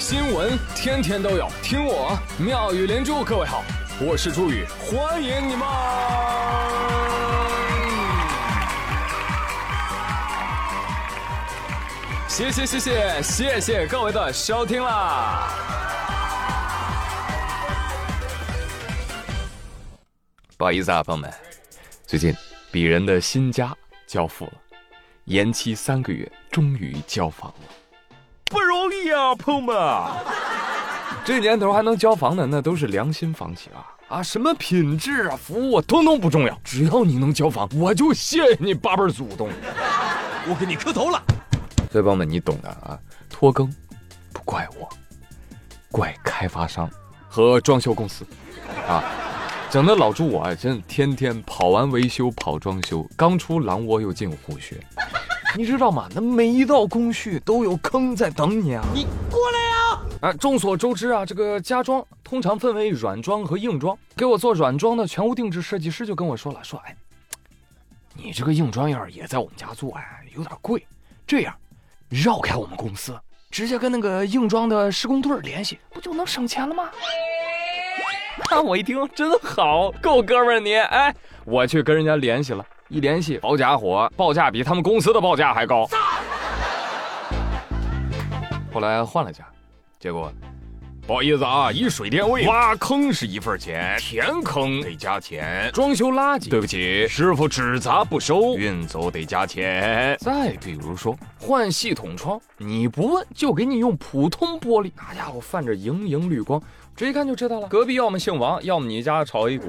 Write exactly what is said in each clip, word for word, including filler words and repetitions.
新闻天天都有，听我妙语连珠。各位好，我是朱宇，欢迎你们。谢谢谢谢谢谢各位的收听啦！不好意思啊，朋友们，最近鄙人的新家交付了，延期三个月，终于交房了，不容易啊，朋友们！这年头还能交房的，那都是良心房企啊！啊，什么品质啊、服务啊，通通不重要，只要你能交房，我就谢谢你八辈祖宗，我给你磕头了。所以朋友们，你懂的啊，拖更不怪我，怪开发商和装修公司啊，整的老朱我啊，真天天跑完维修跑装修，刚出狼窝又进虎穴，你知道吗？那每一道工序都有坑在等你啊！你过来呀！啊，众所周知啊，这个家装通常分为软装和硬装，给我做软装的全屋定制设计师就跟我说了，说哎，你这个硬装要是也在我们家做，哎，有点贵，这样。绕开我们公司，直接跟那个硬装的施工队联系，不就能省钱了吗？那我一听真好，够哥们儿你！哎，我去跟人家联系了，一联系，好家伙，报价比他们公司的报价还高。后来换了家，结果不好意思啊，以水电位挖坑是一份钱，填坑得加钱，装修垃圾对不起，师傅只砸不收，运走得加钱。再比如说换系统窗，你不问就给你用普通玻璃，那家伙泛着莹莹绿光，这一看就知道了，隔壁要么姓王，要么你家炒 A 股。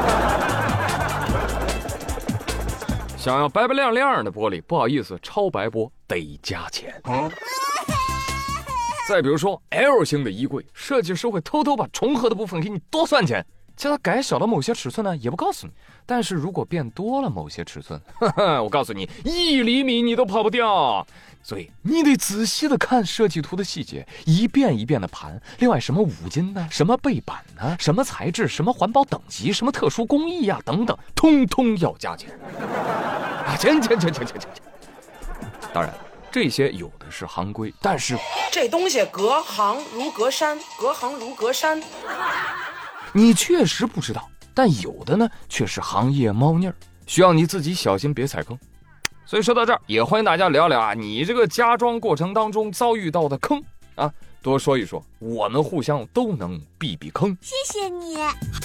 想要白白亮亮的玻璃，不好意思，超白玻得加钱。嗯，再比如说 L 型的衣柜，设计师会偷偷把重合的部分给你多算钱，叫它改小了某些尺寸呢，也不告诉你。但是如果变多了某些尺寸，呵呵，我告诉你，一厘米你都跑不掉。所以你得仔细的看设计图的细节，一遍一遍的盘。另外，什么五金呢，什么背板呢，什么材质，什么环保等级，什么特殊工艺呀、啊，等等，通通要加钱。啊，钱钱钱钱钱钱！当然。这些有的是行规，但是这东西隔行如隔山，隔行如隔山。 你确实不知道，但有的呢却是行业猫腻儿，需要你自己小心别踩坑。所以说到这儿，也欢迎大家聊聊啊，你这个家装过程当中遭遇到的坑啊，多说一说，我们互相都能避避坑。 谢谢你。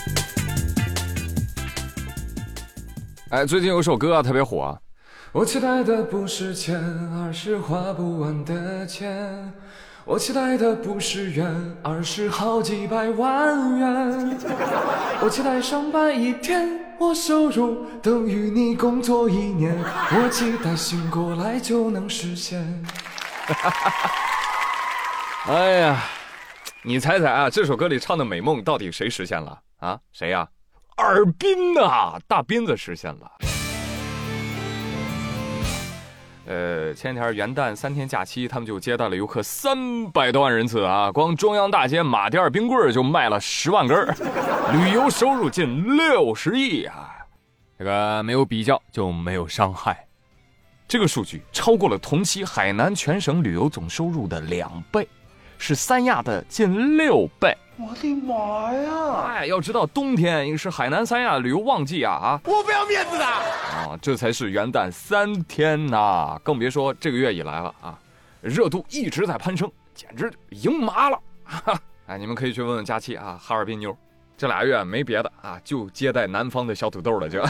哎，最近有首歌啊特别火啊。我期待的不是钱，而是花不完的钱。我期待的不是元，而是好几百万元。我期待上班一天，我收入等于你工作一年。我期待醒过来就能实现。哎呀，你猜猜啊，这首歌里唱的美梦到底谁实现了啊？谁呀、啊？尔滨呐、啊，大斌子实现了。呃，前天元旦三天假期，他们就接待了游客三百多万人次啊！光中央大街马甸冰棍就卖了十万根，旅游收入近六十亿啊！这个没有比较就没有伤害，这个数据超过了同期海南全省旅游总收入的两倍，是三亚的近六倍。 我的妈呀！ 哎，要知道冬天是海南三亚旅游旺季啊啊！ 我不要面子的啊！这才是元旦三天呐、啊，更别说这个月以来了啊，热度一直在攀升，简直赢麻了！哎，你们可以去问问佳期啊，哈尔滨妞，这俩月没别的啊，就接待南方的小土豆了就。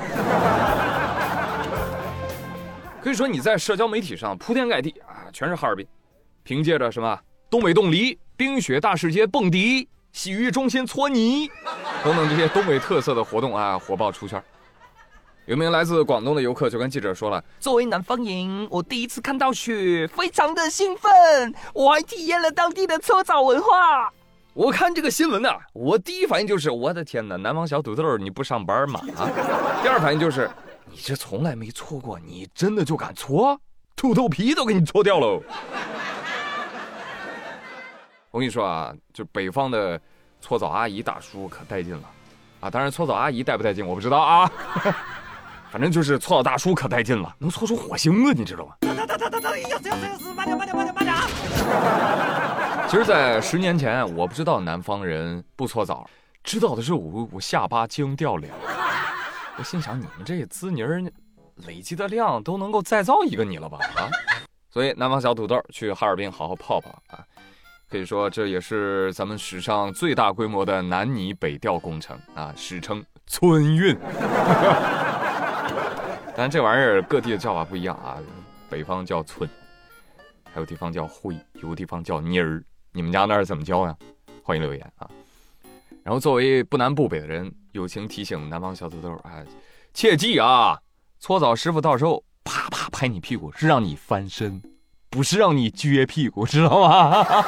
可以说你在社交媒体上铺天盖地啊，全是哈尔滨，凭借着什么东北冻梨、冰雪大世界蹦迪、洗浴中心搓泥等等这些东北特色的活动啊，火爆出圈。有名来自广东的游客就跟记者说了， 作为南方人，我第一次看到雪，非常的兴奋，我还体验了当地的搓澡文化。 我看这个新闻啊，我第一反应就是我的天哪，南方小土豆你不上班吗？啊，第二反应就是你这从来没搓过，你真的就敢搓？土豆皮都给你搓掉喽！我跟你说啊，就北方的搓澡阿姨大叔可带劲了啊！当然搓澡阿姨带不带劲我不知道啊，反正就是搓澡大叔可带劲了，能搓出火星子，你知道吗？ 等等等等等等，要死要死要死，慢点慢点慢点慢点！ 其实，在十年前，我不知道南方人不搓澡，知道的是我我下巴惊掉了。我心想，你们这滋泥儿累积的量都能够再造一个你了吧？啊！所以南方小土豆去哈尔滨好好泡泡啊！可以说这也是咱们史上最大规模的南泥北调工程啊，史称村运。当然这玩意儿各地的叫法不一样啊，北方叫村，还有地方叫灰，有地方叫泥儿。你们家那儿怎么叫呀？欢迎留言啊！然后作为不南不北的人，友情提醒南方小土豆啊，切记啊，搓澡师傅到时候啪啪拍你屁股是让你翻身，不是让你撅屁股，知道吗？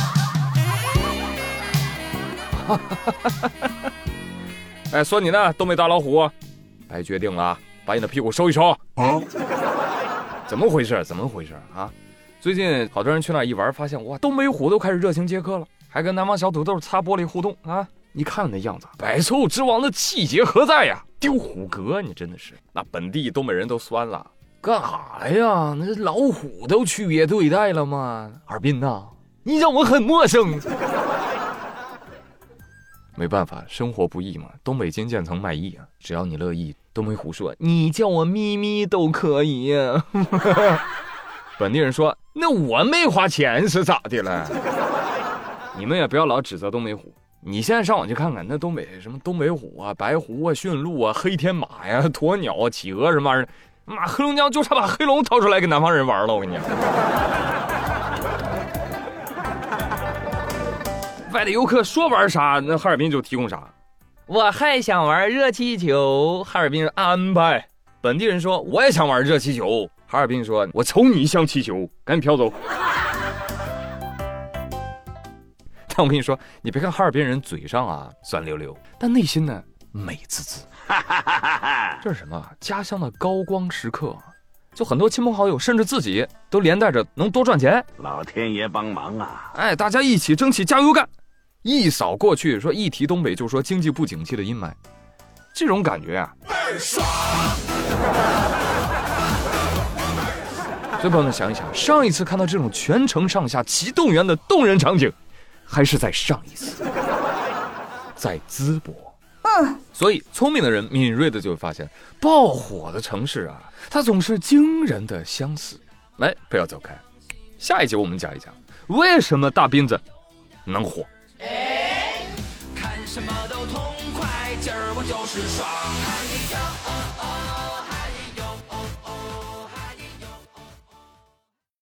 哎，说你呢，东北大老虎，白决定了，把你的屁股收一收。啊、怎么回事？怎么回事啊？最近好多人去那一玩，发现哇，东北虎都开始热情接客了，还跟南方小土豆擦玻璃互动啊！你看那样子，百兽之王的气节何在呀？丢虎格，你真的是，那本地东北人都酸了，干啥来呀？那老虎都区别对待了吗？哈尔滨呐，你让我很陌生。没办法，生活不易嘛，东北金渐层卖艺啊，只要你乐意。东北虎说：“你叫我咪咪都可以呀。”本地人说：“那我没花钱是咋的了？”你们也不要老指责东北虎。你现在上网去看看，那东北什么东北虎啊、白狐啊、驯鹿啊、黑天马呀、鸵鸟啊、企鹅什么玩意儿，妈黑龙江就差把黑龙掏出来给南方人玩了，我跟你讲。外地游客说玩啥，那哈尔滨就提供啥。我还想玩热气球，哈尔滨人安排。本地人说我也想玩热气球，哈尔滨说我瞅你像气球，赶紧飘走。但我跟你说，你别看哈尔滨人嘴上啊酸溜溜，但内心呢美滋滋。这是什么？家乡的高光时刻，就很多亲朋好友甚至自己都连带着能多赚钱。 老天爷帮忙啊！ 哎，大家一起争气，加油干！一扫过去，说一提东北就说经济不景气的阴霾，这种感觉啊，倍儿爽。所以朋友们想一想，上一次看到这种全城上下齐动员的动人场景，还是在上一次，在淄博。嗯，所以聪明的人敏锐的就会发现，爆火的城市啊，它总是惊人的相似。来，不要走开，下一集我们讲一讲为什么大斌子能火。 看什么都痛快，今儿我就是爽。